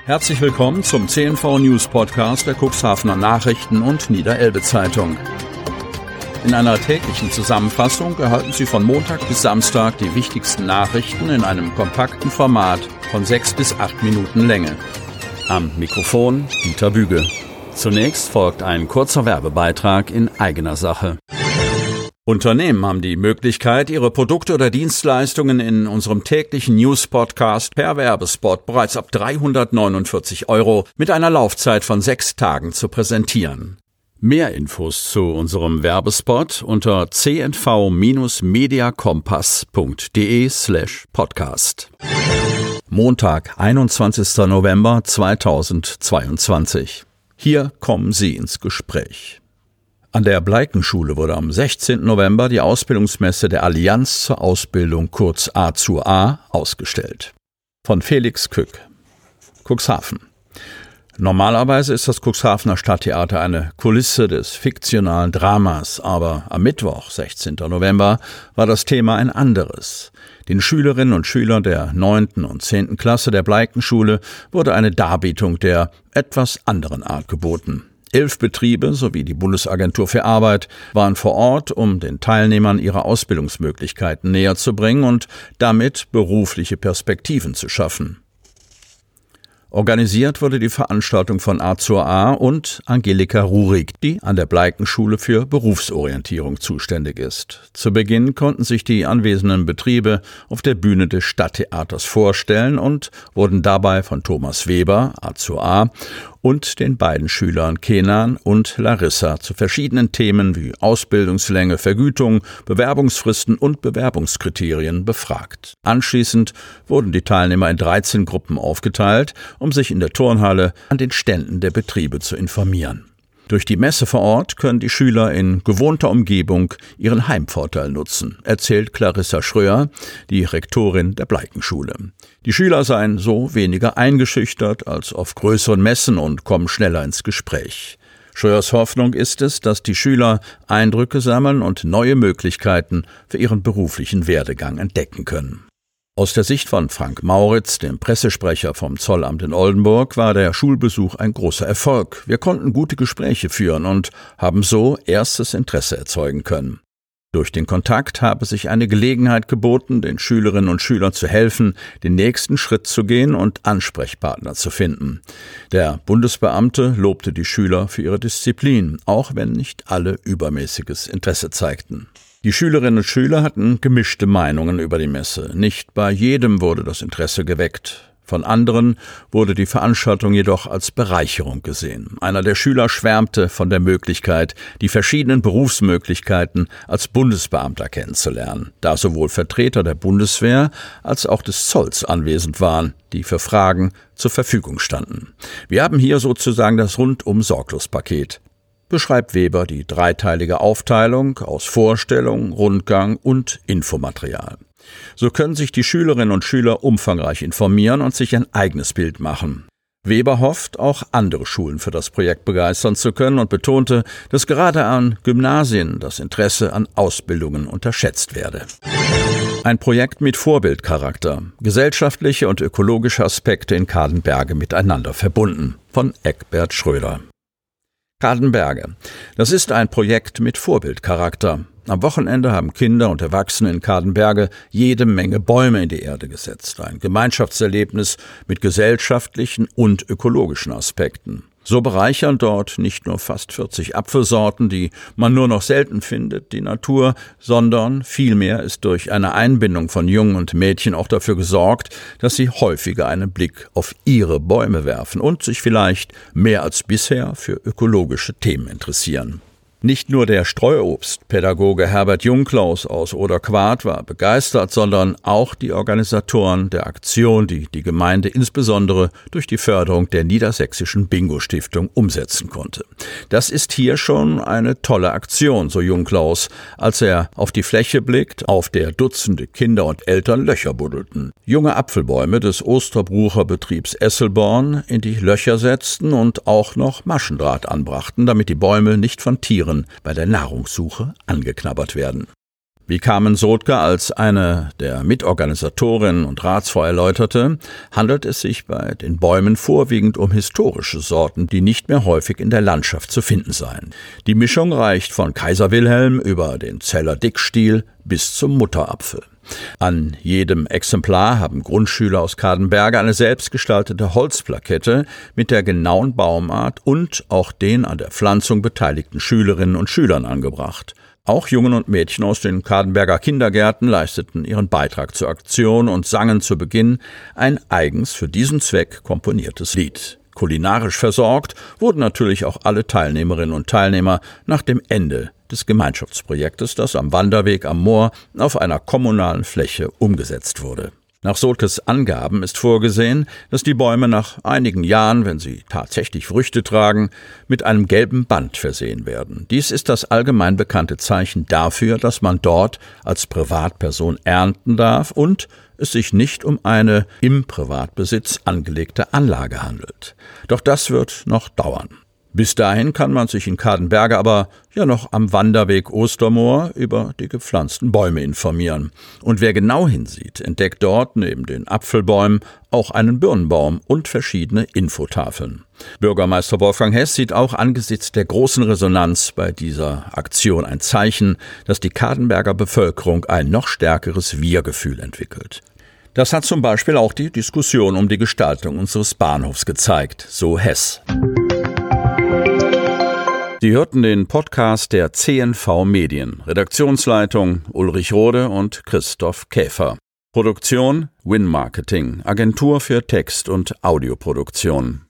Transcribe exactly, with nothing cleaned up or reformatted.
Herzlich willkommen zum C N V News Podcast der Cuxhavener Nachrichten und Niederelbe Zeitung. In einer täglichen Zusammenfassung erhalten Sie von Montag bis Samstag die wichtigsten Nachrichten in einem kompakten Format von sechs bis acht Minuten Länge. Am Mikrofon Dieter Büge. Zunächst folgt ein kurzer Werbebeitrag in eigener Sache. Unternehmen haben die Möglichkeit, ihre Produkte oder Dienstleistungen in unserem täglichen News-Podcast per Werbespot bereits ab dreihundertneunundvierzig Euro mit einer Laufzeit von sechs Tagen zu präsentieren. Mehr Infos zu unserem Werbespot unter c n v mediakompass punkt de slash podcast. Montag, einundzwanzigster November zweitausendzweiundzwanzig. Hier kommen Sie ins Gespräch. An der Bleikenschule wurde am sechzehnten November die Ausbildungsmesse der Allianz zur Ausbildung, kurz A zur A, ausgestellt. Von Felix Kück. Cuxhaven. Normalerweise ist das Cuxhavener Stadttheater eine Kulisse des fiktionalen Dramas, aber am Mittwoch, sechzehnten November, war das Thema ein anderes. Den Schülerinnen und Schülern der neunten und zehnten Klasse der Bleikenschule wurde eine Darbietung der etwas anderen Art geboten. Elf Betriebe sowie die Bundesagentur für Arbeit waren vor Ort, um den Teilnehmern ihre Ausbildungsmöglichkeiten näher zu bringen und damit berufliche Perspektiven zu schaffen. Organisiert wurde die Veranstaltung von A zur A und Angelika Rurig, die an der Bleikenschule für Berufsorientierung zuständig ist. Zu Beginn konnten sich die anwesenden Betriebe auf der Bühne des Stadttheaters vorstellen und wurden dabei von Thomas Weber, A zur A, und den beiden Schülern Kenan und Larissa zu verschiedenen Themen wie Ausbildungslänge, Vergütung, Bewerbungsfristen und Bewerbungskriterien befragt. Anschließend wurden die Teilnehmer in dreizehn Gruppen aufgeteilt, um sich in der Turnhalle an den Ständen der Betriebe zu informieren. Durch die Messe vor Ort können die Schüler in gewohnter Umgebung ihren Heimvorteil nutzen, erzählt Clarissa Schröer, die Rektorin der Bleikenschule. Die Schüler seien so weniger eingeschüchtert als auf größeren Messen und kommen schneller ins Gespräch. Schröers Hoffnung ist es, dass die Schüler Eindrücke sammeln und neue Möglichkeiten für ihren beruflichen Werdegang entdecken können. Aus der Sicht von Frank Mauritz, dem Pressesprecher vom Zollamt in Oldenburg, war der Schulbesuch ein großer Erfolg. Wir konnten gute Gespräche führen und haben so erstes Interesse erzeugen können. Durch den Kontakt habe sich eine Gelegenheit geboten, den Schülerinnen und Schülern zu helfen, den nächsten Schritt zu gehen und Ansprechpartner zu finden. Der Bundesbeamte lobte die Schüler für ihre Disziplin, auch wenn nicht alle übermäßiges Interesse zeigten. Die Schülerinnen und Schüler hatten gemischte Meinungen über die Messe. Nicht bei jedem wurde das Interesse geweckt. Von anderen wurde die Veranstaltung jedoch als Bereicherung gesehen. Einer der Schüler schwärmte von der Möglichkeit, die verschiedenen Berufsmöglichkeiten als Bundesbeamter kennenzulernen, da sowohl Vertreter der Bundeswehr als auch des Zolls anwesend waren, die für Fragen zur Verfügung standen. Wir haben hier sozusagen das Rundum-Sorglos-Paket, beschreibt Weber die dreiteilige Aufteilung aus Vorstellung, Rundgang und Infomaterial. So können sich die Schülerinnen und Schüler umfangreich informieren und sich ein eigenes Bild machen. Weber hofft, auch andere Schulen für das Projekt begeistern zu können und betonte, dass gerade an Gymnasien das Interesse an Ausbildungen unterschätzt werde. Ein Projekt mit Vorbildcharakter, gesellschaftliche und ökologische Aspekte in Cadenberge miteinander verbunden, von Eckbert Schröder. Cadenberge. Das ist ein Projekt mit Vorbildcharakter. Am Wochenende haben Kinder und Erwachsene in Cadenberge jede Menge Bäume in die Erde gesetzt. Ein Gemeinschaftserlebnis mit gesellschaftlichen und ökologischen Aspekten. So bereichern dort nicht nur fast vierzig Apfelsorten, die man nur noch selten findet, die Natur, sondern vielmehr ist durch eine Einbindung von Jungen und Mädchen auch dafür gesorgt, dass sie häufiger einen Blick auf ihre Bäume werfen und sich vielleicht mehr als bisher für ökologische Themen interessieren. Nicht nur der Streuobstpädagoge Herbert Jungklaus aus Oderquart war begeistert, sondern auch die Organisatoren der Aktion, die die Gemeinde insbesondere durch die Förderung der Niedersächsischen Bingo-Stiftung umsetzen konnte. Das ist hier schon eine tolle Aktion, so Jungklaus, als er auf die Fläche blickt, auf der Dutzende Kinder und Eltern Löcher buddelten. Junge Apfelbäume des Osterbrucher Betriebs Esselborn in die Löcher setzten und auch noch Maschendraht anbrachten, damit die Bäume nicht von Tieren bei der Nahrungssuche angeknabbert werden. Wie Carmen Sothke als eine der Mitorganisatorinnen und Ratsfrau erläuterte, handelt es sich bei den Bäumen vorwiegend um historische Sorten, die nicht mehr häufig in der Landschaft zu finden seien. Die Mischung reicht von Kaiser Wilhelm über den Zeller Dickstiel bis zum Mutterapfel. An jedem Exemplar haben Grundschüler aus Cadenberge eine selbstgestaltete Holzplakette mit der genauen Baumart und auch den an der Pflanzung beteiligten Schülerinnen und Schülern angebracht. Auch Jungen und Mädchen aus den Cadenberger Kindergärten leisteten ihren Beitrag zur Aktion und sangen zu Beginn ein eigens für diesen Zweck komponiertes Lied. Kulinarisch versorgt wurden natürlich auch alle Teilnehmerinnen und Teilnehmer nach dem Ende des Gemeinschaftsprojektes, das am Wanderweg am Moor auf einer kommunalen Fläche umgesetzt wurde. Nach Sothkes Angaben ist vorgesehen, dass die Bäume nach einigen Jahren, wenn sie tatsächlich Früchte tragen, mit einem gelben Band versehen werden. Dies ist das allgemein bekannte Zeichen dafür, dass man dort als Privatperson ernten darf und es sich nicht um eine im Privatbesitz angelegte Anlage handelt. Doch das wird noch dauern. Bis dahin kann man sich in Cadenberge aber ja noch am Wanderweg Ostermoor über die gepflanzten Bäume informieren. Und wer genau hinsieht, entdeckt dort neben den Apfelbäumen auch einen Birnbaum und verschiedene Infotafeln. Bürgermeister Wolfgang Hess sieht auch angesichts der großen Resonanz bei dieser Aktion ein Zeichen, dass die Cadenberger Bevölkerung ein noch stärkeres Wir-Gefühl entwickelt. Das hat zum Beispiel auch die Diskussion um die Gestaltung unseres Bahnhofs gezeigt, so Hess. Sie hörten den Podcast der C N V Medien. Redaktionsleitung Ulrich Rode und Christoph Käfer. Produktion Win Marketing, Agentur für Text- und Audioproduktion.